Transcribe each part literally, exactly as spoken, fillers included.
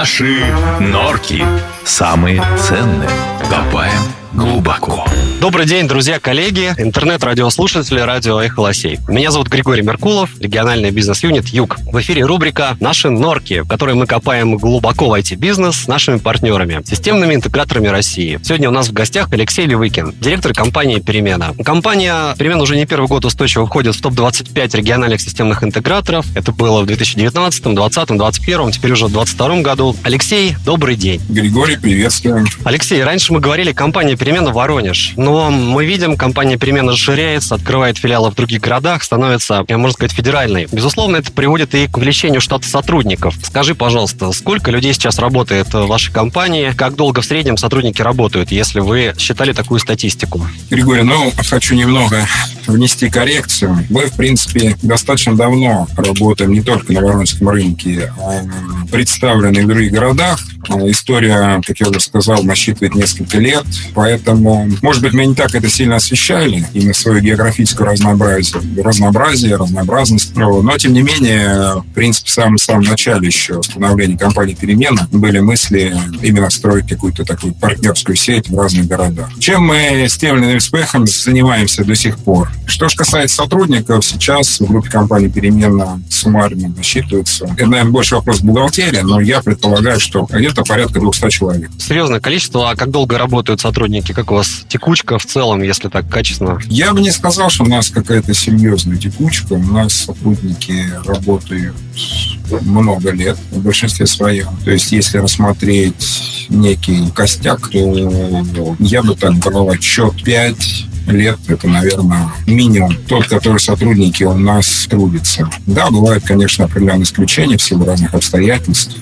Наши норки. Самые ценные. Копаем глубоко. Добрый день, друзья, коллеги, интернет-радиослушатели радио Эхо Лосей. Меня зовут Григорий Меркулов, региональный бизнес-юнит «Юг». В эфире рубрика «Наши норки», в которой мы копаем глубоко в ай ти-бизнес с нашими партнерами, системными интеграторами России. Сегодня у нас в гостях Алексей Левыкин, директор компании «Перемена». Компания «Перемена» уже не первый год устойчиво входит в топ двадцать пять региональных системных интеграторов. Это было в две тысячи девятнадцатом, двадцатом, двадцать первом, теперь уже в двадцать втором году. Алексей, добрый день. Григорий, приветствую. Алексей, раньше мы говорили компания «Перемена» Воронеж, но мы видим, компания «Перемена» расширяется, открывает филиалы в других городах, становится, можно сказать, федеральной. Безусловно, это приводит и к увеличению штата сотрудников. Скажи, пожалуйста, сколько людей сейчас работает в вашей компании, как долго в среднем сотрудники работают, если вы считали такую статистику? Григорий, ну, хочу немного внести коррекцию. Мы, в принципе, достаточно давно работаем не только на воронежском рынке, а представлены в других городах. История, как я уже сказал, насчитывает несколько лет, поэтому, может быть, мы не так это сильно освещали, именно свое географическое разнообразие, разнообразие, разнообразность. Но, тем не менее, в принципе, в самом-самом начале еще становления компании «Перемена» были мысли именно строить какую-то такую партнерскую сеть в разных городах. Чем мы с тем или иным успехом занимаемся до сих пор? Что же касается сотрудников, сейчас в группе компании «Перемена» суммарно насчитывается, это, наверное, больше вопрос бухгалтерии, но я предполагаю, что где-то порядка двухсот человек. Серьезное количество. А как долго работают сотрудники? Как у вас текучка в целом, если так качественно? Я бы не сказал, что у нас какая-то серьезная текучка. У нас сотрудники работают много лет, в большинстве своем. То есть, если рассмотреть некий костяк, то я бы так брал отчет пять лет, это, наверное, минимум тот, который сотрудники у нас трудятся. Да, бывают, конечно, определенные исключения в силу разных обстоятельств,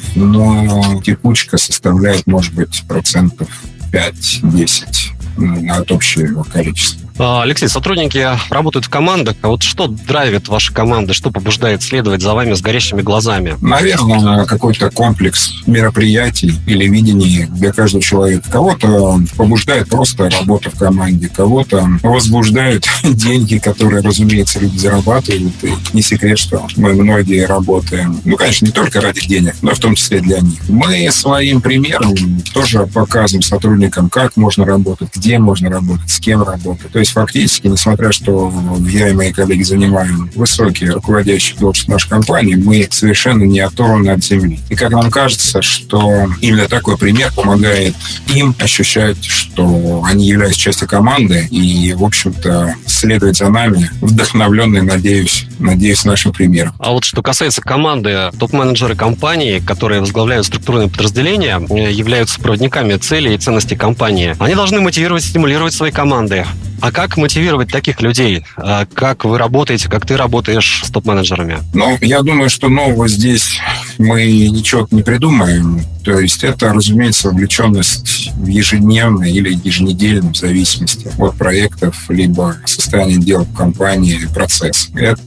но текучка составляет, может быть, процентов пять-десять от общего количества. Алексей, сотрудники работают в командах. А вот что драйвит ваши команды? Что побуждает следовать за вами с горящими глазами? Наверное, какой-то комплекс мероприятий или видений для каждого человека. Кого-то побуждает просто работа в команде, кого-то возбуждают деньги, которые, разумеется, люди зарабатывают. И не секрет, что мы многие работаем, ну, конечно, не только ради денег, но в том числе для них. Мы своим примером тоже показываем сотрудникам, как можно работать, где можно работать, с кем работать. То есть фактически, несмотря что я и мои коллеги занимаем высокие руководящие должности нашей компании, мы совершенно не оторваны от земли. И как нам кажется, что именно такой пример помогает им ощущать, что они являются частью команды и, в общем-то, следовать за нами, вдохновленные, надеюсь, надеюсь, нашим примером. А вот что касается команды, топ-менеджеры компании, которые возглавляют структурные подразделения, являются проводниками целей и ценностей компании. Они должны мотивировать, стимулировать свои команды. А как мотивировать таких людей? Как вы работаете, как ты работаешь с топ-менеджерами? Ну, я думаю, что нового здесь мы ничего не придумаем. То есть это, разумеется, вовлеченность в ежедневной или еженедельном, в зависимости от проектов, либо состояния дел в компании, процесс.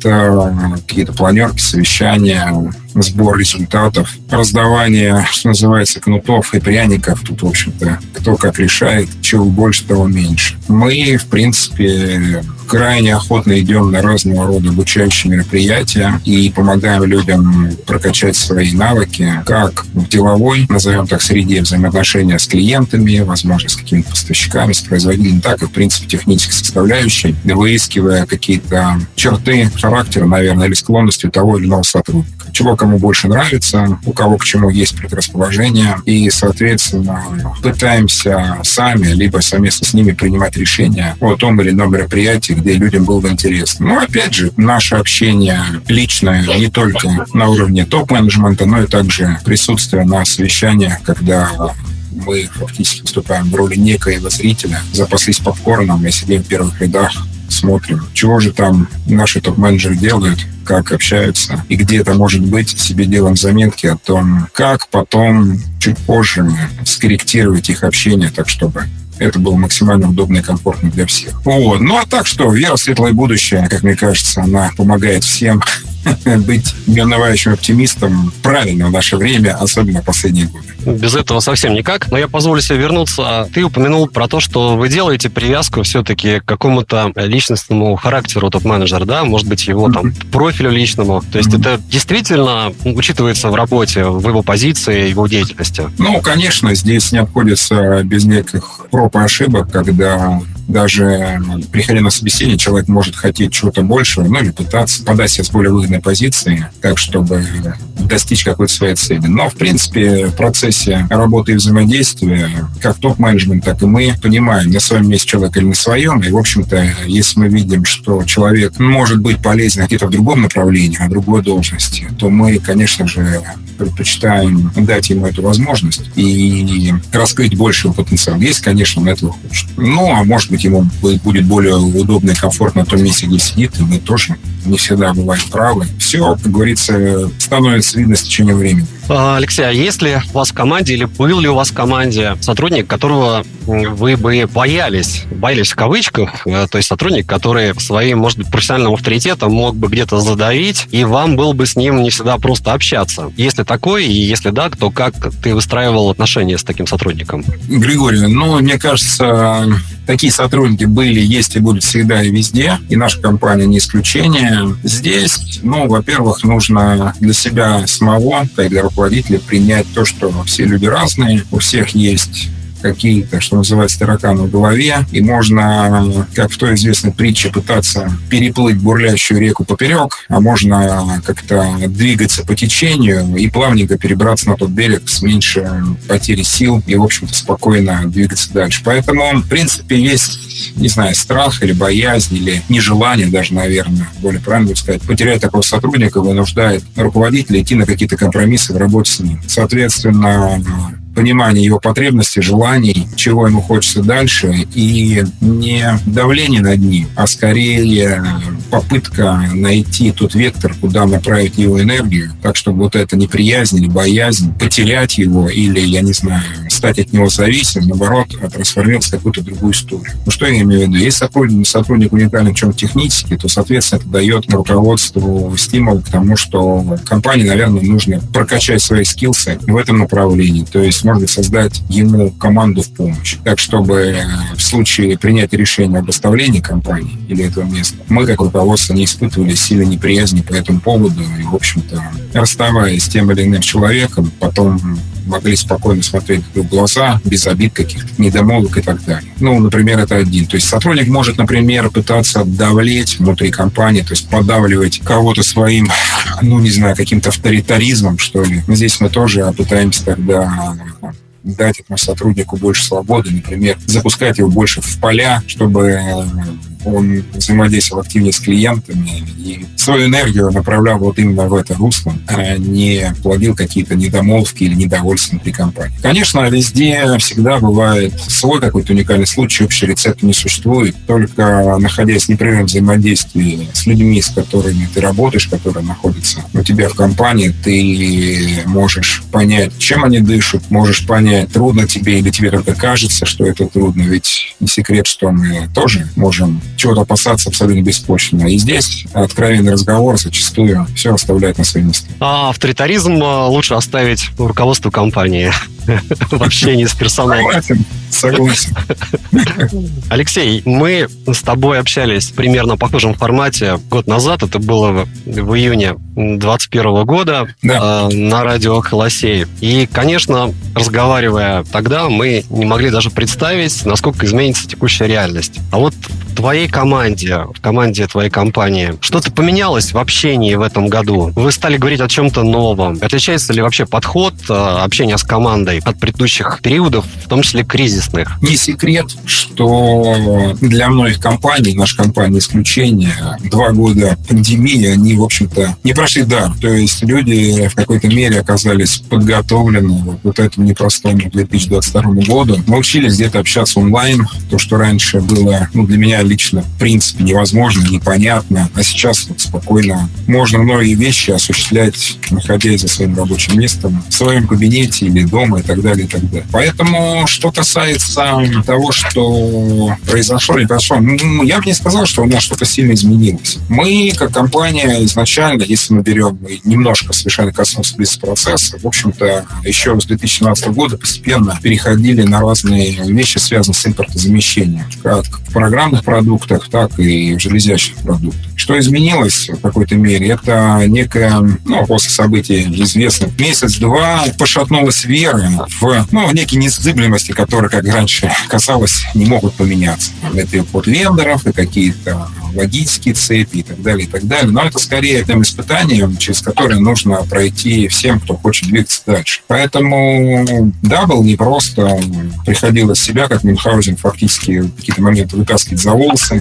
Это какие-то планерки, совещания, сбор результатов, раздавание, что называется, кнутов и пряников. Тут, в общем-то, кто как решает, чего больше, того меньше. Мы, в принципе, крайне охотно идем на разного рода обучающие мероприятия и помогаем людям прокачать свои навыки, как в деловой, назовем так, среде взаимоотношения с клиентами, возможно, с какими-то поставщиками, с производителями, так и, в принципе, технической составляющей, выискивая какие-то черты характера, наверное, или склонности того или иного сотрудника. Чего кому больше нравится, у кого к чему есть предрасположение, и, соответственно, пытаемся сами, либо совместно с ними принимать решения о том или ином мероприятии, где людям было бы интересно. Но, опять же, наше общение личное не только на уровне топ-менеджмента, но и также присутствие на совещаниях, когда мы фактически выступаем в роли некоего зрителя, запаслись попкорном и сидим в первых рядах, смотрим, чего же там наши топ-менеджеры делают, как общаются, и где это может быть, себе делаем заметки о том, как потом, чуть позже, скорректировать их общение так, чтобы это было максимально удобно и комфортно для всех. Вот. Ну а так что, вера в светлое будущее, как мне кажется, она помогает всем быть неунывающим оптимистом правильно в наше время, особенно в последние годы. Без этого совсем никак. Но я позволю себе вернуться. Ты упомянул про то, что вы делаете привязку все-таки к какому-то личностному характеру топ-менеджера, да? Может быть, его там профилю личному. То есть mm-hmm. это действительно учитывается в работе, в его позиции, его деятельности? Ну, конечно, здесь не обходится без неких проб и ошибок, когда даже приходя на собеседование, человек может хотеть чего-то большего, ну или пытаться подать себя с более выгодной позиции, так, чтобы достичь какой-то своей цели. Но, в принципе, в процессе работы и взаимодействия, как топ-менеджмент, так и мы понимаем, на своем месте человек или на своем. И, в общем-то, если мы видим, что человек может быть полезен где-то в другом направлении, на другой должности, то мы, конечно же, предпочитаем дать ему эту возможность и раскрыть больше его потенциал. Есть, конечно, он этого хочет. Ну, а может быть, ему будет более удобно и комфортно на том месте, где сидит, и мы тоже не всегда бываем правы. Все, как говорится, становится видно с течением времени. Алексей, а есть ли у вас в команде или был ли у вас в команде сотрудник, которого вы бы боялись, боялись в кавычках, то есть сотрудник, который своим, может быть, профессиональным авторитетом мог бы где-то задавить, и вам было бы с ним не всегда просто общаться? Если такой, и если да, то как ты выстраивал отношения с таким сотрудником? Григорий, ну, мне кажется, такие сотрудники были, есть и будут всегда и везде, и наша компания не исключение. Здесь, ну, во-первых, нужно для себя самого, как для руководителя, принять то, что все люди разные, у всех есть какие-то, что называется, тараканы в голове, и можно, как в той известной притче, пытаться переплыть бурлящую реку поперек, а можно как-то двигаться по течению и плавненько перебраться на тот берег с меньшей потерей сил и, в общем-то, спокойно двигаться дальше. Поэтому, в принципе, есть, не знаю, страх или боязнь, или нежелание даже, наверное, более правильно будет сказать, потерять такого сотрудника вынуждает руководителя идти на какие-то компромиссы в работе с ним. Соответственно, понимание его потребностей, желаний, чего ему хочется дальше, и не давление над ним, а скорее попытка найти тот вектор, куда направить его энергию, так, чтобы вот эта неприязнь или боязнь потерять его или, я не знаю, стать от него зависимым, наоборот, трансформироваться в какую-то другую историю. Ну, что я имею в виду? Если сотрудник, сотрудник уникален в чем-то технически, то, соответственно, это дает руководству стимул к тому, что компании, наверное, нужно прокачать свои скиллсы в этом направлении. То есть, может быть, создать ему команду в помощь. Так, чтобы в случае принятия решения об оставлении компании или этого места, мы, как руководство, не испытывали сильной неприязни по этому поводу и, в общем-то, расставаясь с тем или иным человеком, потом могли спокойно смотреть в глаза, без обид каких-то, недомолвок и так далее. Ну, например, это один. То есть сотрудник может, например, пытаться давлеть внутри компании, то есть поддавливать кого-то своим, ну, не знаю, каким-то авторитаризмом, что ли. Здесь мы тоже пытаемся тогда дать этому сотруднику больше свободы, например, запускать его больше в поля, чтобы он взаимодействовал активнее с клиентами и свою энергию направлял вот именно в это русло, а не плодил какие-то недомолвки или недовольства внутри компании. Конечно, везде всегда бывает свой какой-то уникальный случай, общий рецепт не существует. Только находясь в непрерывном взаимодействии с людьми, с которыми ты работаешь, которые находятся у тебя в компании, ты можешь понять, чем они дышат, можешь понять, трудно тебе или тебе только кажется, что это трудно. Ведь не секрет, что мы тоже можем чего-то опасаться абсолютно беспочвенно. И здесь откровенный разговор зачастую все оставляет на свои места. А авторитаризм лучше оставить руководству компании в общении с персоналом. Согласен, согласен. Алексей, мы с тобой общались примерно в похожем формате год назад. Это было в июне двадцать первого года да. на радио «Холосей». И, конечно, разговаривая тогда, мы не могли даже представить, насколько изменится текущая реальность. А вот в твоей команде, в команде твоей компании, что-то поменялось в общении в этом году? Вы стали говорить о чем-то новом? Отличается ли вообще подход общения с командой от предыдущих периодов, в том числе кризисных? Не секрет, что для многих компаний, наша компания исключение, два года пандемии, они, в общем-то, не прошли дар. То есть люди в какой-то мере оказались подготовлены вот, вот этому непростому две тысячи двадцать второму году. Мы учились где-то общаться онлайн. То, что раньше было, ну, для меня лично в принципе невозможно, непонятно. А сейчас вот спокойно можно многие вещи осуществлять, находясь за своим рабочим местом, в своем кабинете или дома и так далее, и так далее. Поэтому, что касается того, что произошло или произошло, ну, я бы не сказал, что у нас что-то сильно изменилось. Мы, как компания, изначально, если мы берем немножко совершенно коснулся бизнес-процесса, в общем-то, еще с две тысячи семнадцатого года постепенно переходили на разные вещи, связанные с импортозамещением, как в программных продуктах, так и в железящих продуктах. Что изменилось в какой-то мере? Это некая, ну, после событий известных, месяц-два пошатнулась вера в, ну, некие незыблемости, которые, как раньше казалось, не могут поменяться. Это и от вендоров, и какие-то логические цепи и так далее, и так далее. Но это скорее тем испытанием, через которое нужно пройти всем, кто хочет двигаться дальше. Поэтому, да, был непросто. Приходилось себя, как Мюнхгаузен, фактически в какие-то моменты вытаскивать за волосы.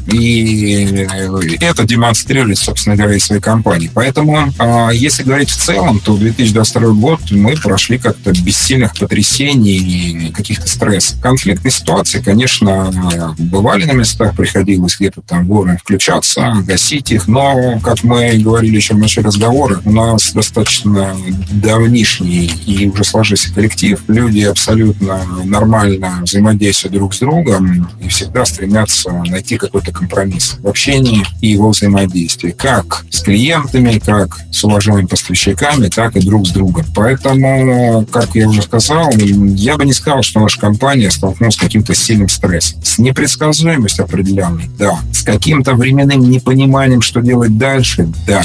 И это демонстрировать, собственно говоря, и своей компании. Поэтому, если говорить в целом, то две тысячи двадцать второй год мы прошли как-то без сильных потрясений и каких-то стрессов. Конфликтные ситуации, конечно, бывали на местах, приходилось где-то там вовремя включаться, гасить их, но, как мы говорили еще в начале разговора, у нас достаточно давнишний и уже сложившийся коллектив, люди абсолютно нормально взаимодействуют друг с другом и всегда стремятся найти какой-то компромисс в общении и во взаимодействии, как с клиентами, как с уважаемыми поставщиками, так и друг с другом. Поэтому, как я уже сказал, я бы не сказал, что наша компания столкнулась с каким-то сильным стрессом. С непредсказуемостью определенной, да. С каким-то временным непониманием, что делать дальше, да.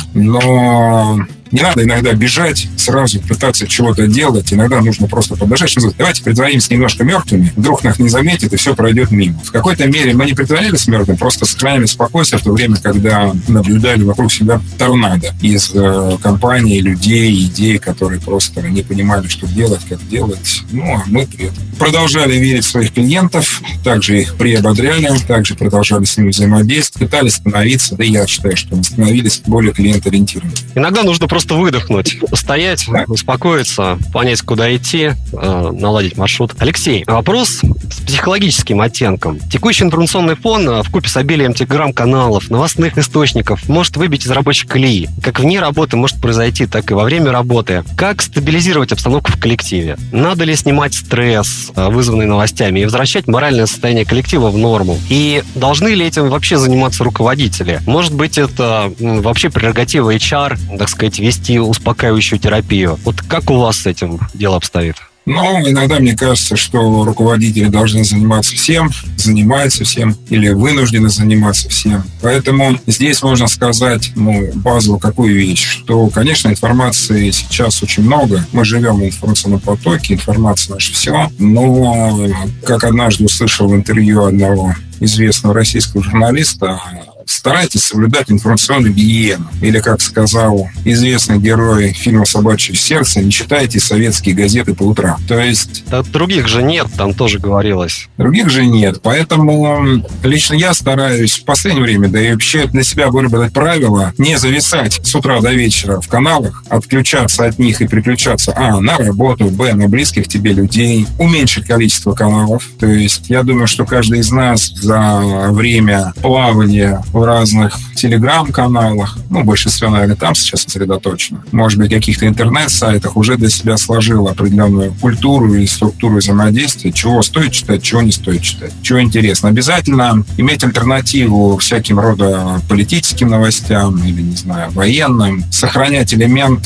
Но не надо иногда бежать, сразу пытаться чего-то делать. Иногда нужно просто подождать, что давайте притворимся немножко мертвыми, вдруг нас не заметит, и все пройдет мимо. В какой-то мере мы не притворялись мертвыми, просто сохраняли спокойствие в то время, когда наблюдали вокруг себя торнадо из э, компаний, людей, идей, которые просто не понимали, что делать, как делать. Ну, а мы при этом продолжали верить в своих клиентов, также их приободряли, также продолжали с ними взаимодействовать, пытались становиться, да и я считаю, что мы становились более клиент-ориентированными. Иногда нужно просто Просто выдохнуть, постоять, да. успокоиться, понять, куда идти, э, наладить маршрут. Алексей, вопрос с психологическим оттенком. Текущий информационный фон вкупе с обилием телеграм-каналов, новостных источников может выбить из рабочей колеи. Как вне работы может произойти, так и во время работы. Как стабилизировать обстановку в коллективе? Надо ли снимать стресс, вызванный новостями, и возвращать моральное состояние коллектива в норму? И должны ли этим вообще заниматься руководители? Может быть, это вообще прерогатива эйч ар, так сказать, вести успокаивающую терапию. Вот как у вас с этим дело обстоит? Ну, иногда мне кажется, что руководители должны заниматься всем, занимаются всем или вынуждены заниматься всем. Поэтому здесь можно сказать, ну, базово какую вещь, что, конечно, информации сейчас очень много. Мы живем в информационном потоке, информация наша все. Но, как однажды услышал в интервью одного известного российского журналиста, старайтесь соблюдать информационную гигиену. Или, как сказал известный герой фильма «Собачье сердце», не читайте советские газеты по утрам. То есть... Да, других же нет, там тоже говорилось. Других же нет. Поэтому лично я стараюсь в последнее время, да и вообще для себя выработать правило, не зависать с утра до вечера в каналах, отключаться от них и переключаться, а, на работу, б, на близких тебе людей, уменьшить количество каналов. То есть я думаю, что каждый из нас за время плавания в разных телеграм-каналах, ну, большинство, наверное, там сейчас сосредоточено, может быть, каких-то интернет-сайтах уже для себя сложил определенную культуру и структуру взаимодействия, чего стоит читать, чего не стоит читать, чего интересно. Обязательно иметь альтернативу всяким рода политическим новостям или, не знаю, военным, сохранять элемент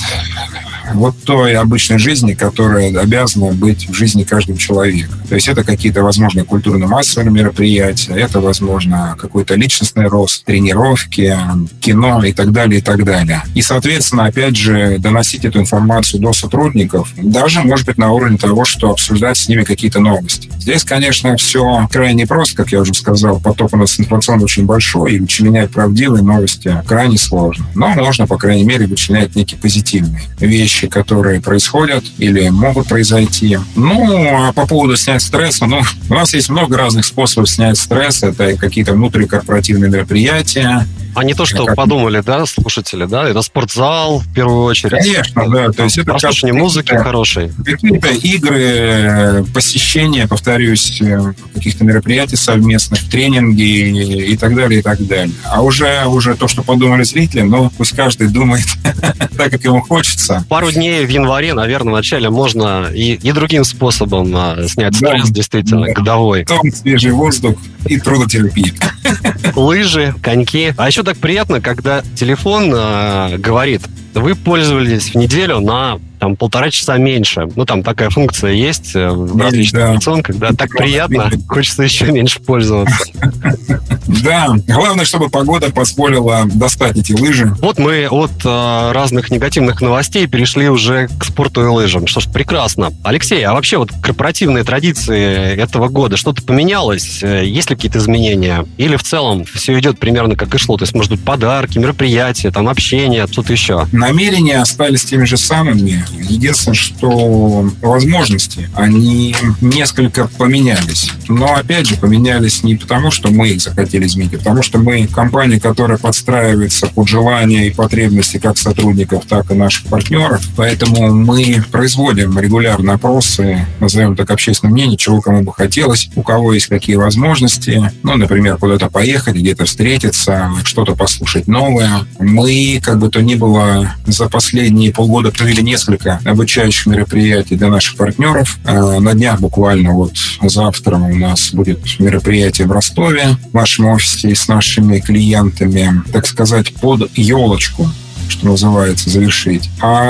вот той обычной жизни, которая обязана быть в жизни каждого человека. То есть это какие-то, возможно, культурно-массовые мероприятия, это, возможно, какой-то личностный рост, тренировки, кино и так далее, и так далее. И, соответственно, опять же, доносить эту информацию до сотрудников, даже, может быть, на уровне того, что обсуждать с ними какие-то новости. Здесь, конечно, все крайне просто, как я уже сказал, поток у нас информационный очень большой, и вычленять правдивые новости крайне сложно. Но можно, по крайней мере, вычленять некие позитивные вещи, которые происходят или могут произойти. Ну, а по поводу снять стресса, ну, у нас есть много разных способов снять стресс. Это какие-то внутрикорпоративные мероприятия, А не то, что как... подумали, да, слушатели, да? Это спортзал, в первую очередь. Конечно, да. То есть это прослушивание музыки хорошей. Какие-то игры, посещение, повторюсь, каких-то мероприятий совместных, тренинги и так далее, и так далее. А уже, уже то, что подумали зрители, ну, пусть каждый думает так, как ему хочется. Пару дней в январе, наверное, в начале можно и, и другим способом а, снять стресс, да, действительно, да. годовой. Том, свежий воздух и трудотерапия. Лыжи, коньки. А еще так приятно, когда телефон э, говорит: вы пользовались в неделю на там, полтора часа меньше. Ну, там такая функция есть в различных да. операционках, да, так приятно, хочется еще меньше пользоваться. Да, главное, чтобы погода позволила достать эти лыжи. Вот мы от э, разных негативных новостей перешли уже к спорту и лыжам. Что ж, прекрасно. Алексей, а вообще вот корпоративные традиции этого года, что-то поменялось? Есть ли какие-то изменения? Или в целом все идет примерно как и шло? То есть, может быть, подарки, мероприятия, там, общение, что-то еще? Намерения остались теми же самыми. Единственное, что возможности, они несколько поменялись. Но, опять же, поменялись не потому, что мы их захотели изменить, а потому что мы компания, которая подстраивается под желания и потребности как сотрудников, так и наших партнеров. Поэтому мы производим регулярно опросы, назовем так, общественное мнение, чего кому бы хотелось, у кого есть какие возможности. Ну, например, куда-то поехать, где-то встретиться, что-то послушать новое. Мы, как бы то ни было, за последние полгода провели несколько обучающих мероприятий для наших партнеров. На днях буквально вот завтра у нас будет мероприятие в Ростове в нашем офисе с нашими клиентами, так сказать, под елочку, что называется, завершить.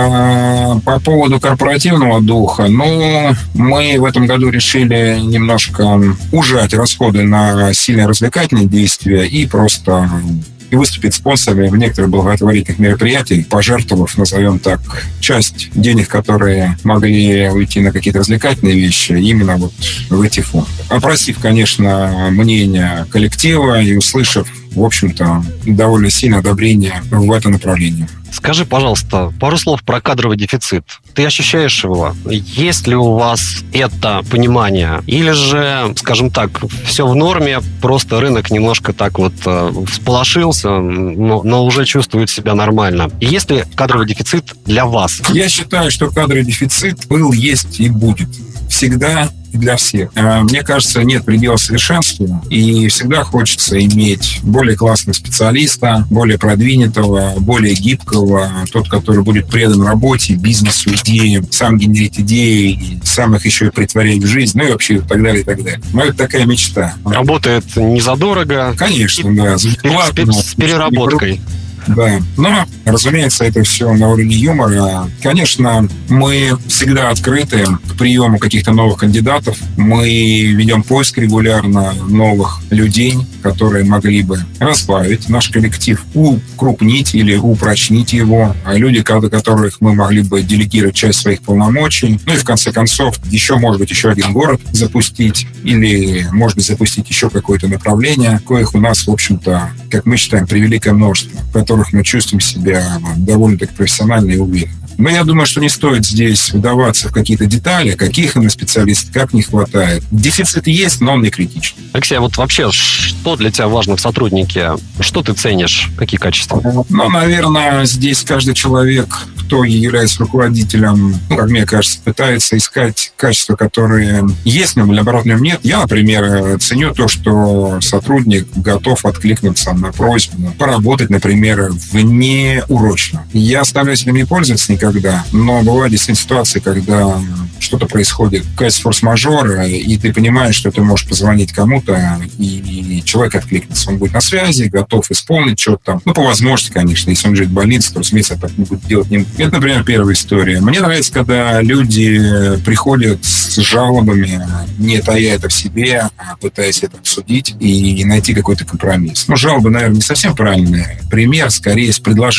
А по поводу корпоративного духа, ну, мы в этом году решили немножко ужать расходы на сильно развлекательные действия и просто и выступить спонсорами в некоторых благотворительных мероприятиях, пожертвовав, назовем так, часть денег, которые могли уйти на какие-то развлекательные вещи, именно вот в эти фонды. Опросив, конечно, мнение коллектива и услышав, в общем-то, довольно сильное одобрение в это направление. Скажи, пожалуйста, пару слов про кадровый дефицит. Ты ощущаешь его? Есть ли у вас это понимание? Или же, скажем так, все в норме, просто рынок немножко так вот э, всполошился, но, но уже чувствует себя нормально? И есть ли кадровый дефицит для вас? Я считаю, что кадровый дефицит был, есть и будет. Всегда и для всех. Мне кажется, нет предела совершенству, и всегда хочется иметь более классного специалиста, более продвинутого, более гибкого, тот, который будет предан работе, бизнесу, идеям, сам генерить идеи, и сам их еще и притворять в жизнь, ну и вообще и так далее, и так далее. Но это такая мечта. Работает не задорого. Конечно, и, да. С, с, с переработкой. Да, но, разумеется, это все на уровне юмора. Конечно, мы всегда открыты к приему каких-то новых кандидатов. Мы ведем поиск регулярно новых людей, которые могли бы разбавить наш коллектив, укрупнить или упрочнить его. А люди, которых мы могли бы делегировать часть своих полномочий. Ну и, в конце концов, еще, может быть, еще один город запустить или, может быть, запустить еще какое-то направление, коих у нас, в общем-то, как мы считаем, превеликое множество, в которых мы чувствуем себя довольно-таки профессионально и уверенно. Но я думаю, что не стоит здесь вдаваться в какие-то детали, каких именно специалистов, как не хватает. Дефицит есть, но он не критичный. Алексей, а вот вообще, что для тебя важно в сотруднике? Что ты ценишь? Какие качества? Ну, наверное, здесь каждый человек, кто является руководителем, ну, как мне кажется, пытается искать качества, которые есть в нем или, наоборот, в нем нет. Я, например, ценю то, что сотрудник готов откликнуться на просьбу поработать, например, внеурочно. Я стараюсь этим не пользоваться никогда, но бывают действительно ситуации, когда что-то происходит, какая-то форс-мажор, и ты понимаешь, что ты можешь позвонить кому-то, и человек откликнется. Он будет на связи, готов исполнить что-то там. Ну, по возможности, конечно. Если он живет в больнице, то, разумеется, так не будет делать. Это, например, первая история. Мне нравится, когда люди приходят с жалобами, не тая это в себе, а пытаясь это обсудить и найти какой-то компромисс. Ну, жалобы, наверное, не совсем правильный пример, скорее с предложением.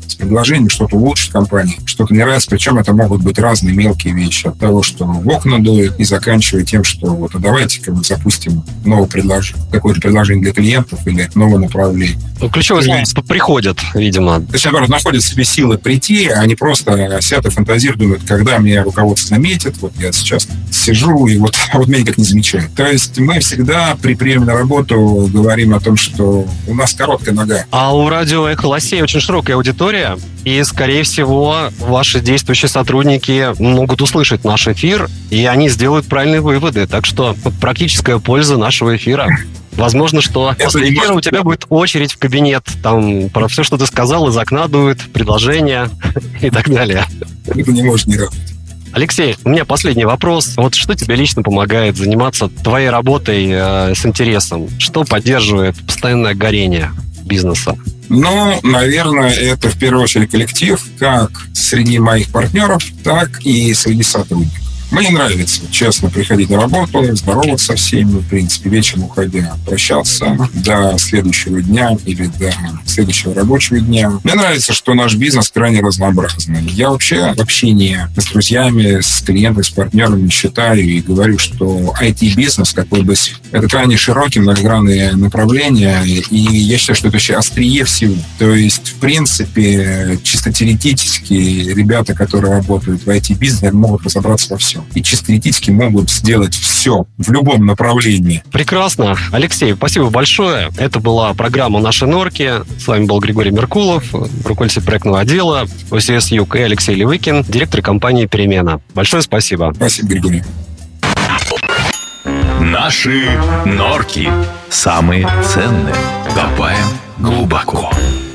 с предложением, что-то улучшить компании, что-то не нравится. Причем это могут быть разные мелкие вещи. От того, что в окна дует, и заканчивая тем, что вот а давайте как бы, запустим новое предложение, какое-то предложение для клиентов или новое направление. Ну, ключевое слово приходят, видимо. То есть, наоборот, находят в себе силы прийти, а не просто сидят и фантазируют, думают, когда меня руководство заметит, вот я сейчас сижу, и вот, а вот меня никак не замечают. То есть мы всегда при приеме на работу говорим о том, что у нас короткая нога. А у радио «Эхо Лосей» очень широкая аудитория, и, скорее всего, ваши действующие сотрудники могут услышать наш эфир, и они сделают правильные выводы. Так что практическая польза нашего эфира. Возможно, что Это после эфира у тебя будет очередь в кабинет, там про все, что ты сказал, из окна дует, предложения и так далее. Это не может не радовать. Алексей, у меня последний вопрос. Вот что тебе лично помогает заниматься твоей работой э, с интересом? Что поддерживает постоянное горение бизнеса? Ну, наверное, это в первую очередь коллектив, как среди моих партнеров, так и среди сотрудников. Мне нравится, честно, приходить на работу, здороваться со всеми, в принципе, вечером уходя, прощаться до следующего дня или до следующего рабочего дня. Мне нравится, что наш бизнес крайне разнообразный. Я вообще в общении с друзьями, с клиентами, с партнерами считаю и говорю, что ай ти-бизнес, какой бы, это крайне широкие, многогранные направления, и я считаю, что это вообще острие всего. То есть, в принципе, чисто теоретически ребята, которые работают в ай ти-бизнесе, могут разобраться во всем. И чисто теоретически могут сделать все в любом направлении. Прекрасно. Алексей, спасибо большое. Это была программа «Наши норки». С вами был Григорий Меркулов, руководитель проектного отдела о си эс Юг, и Алексей Левыкин, директор компании «Перемена». Большое спасибо. Спасибо, Григорий. Наши норки. Самые ценные. Копаем глубоко.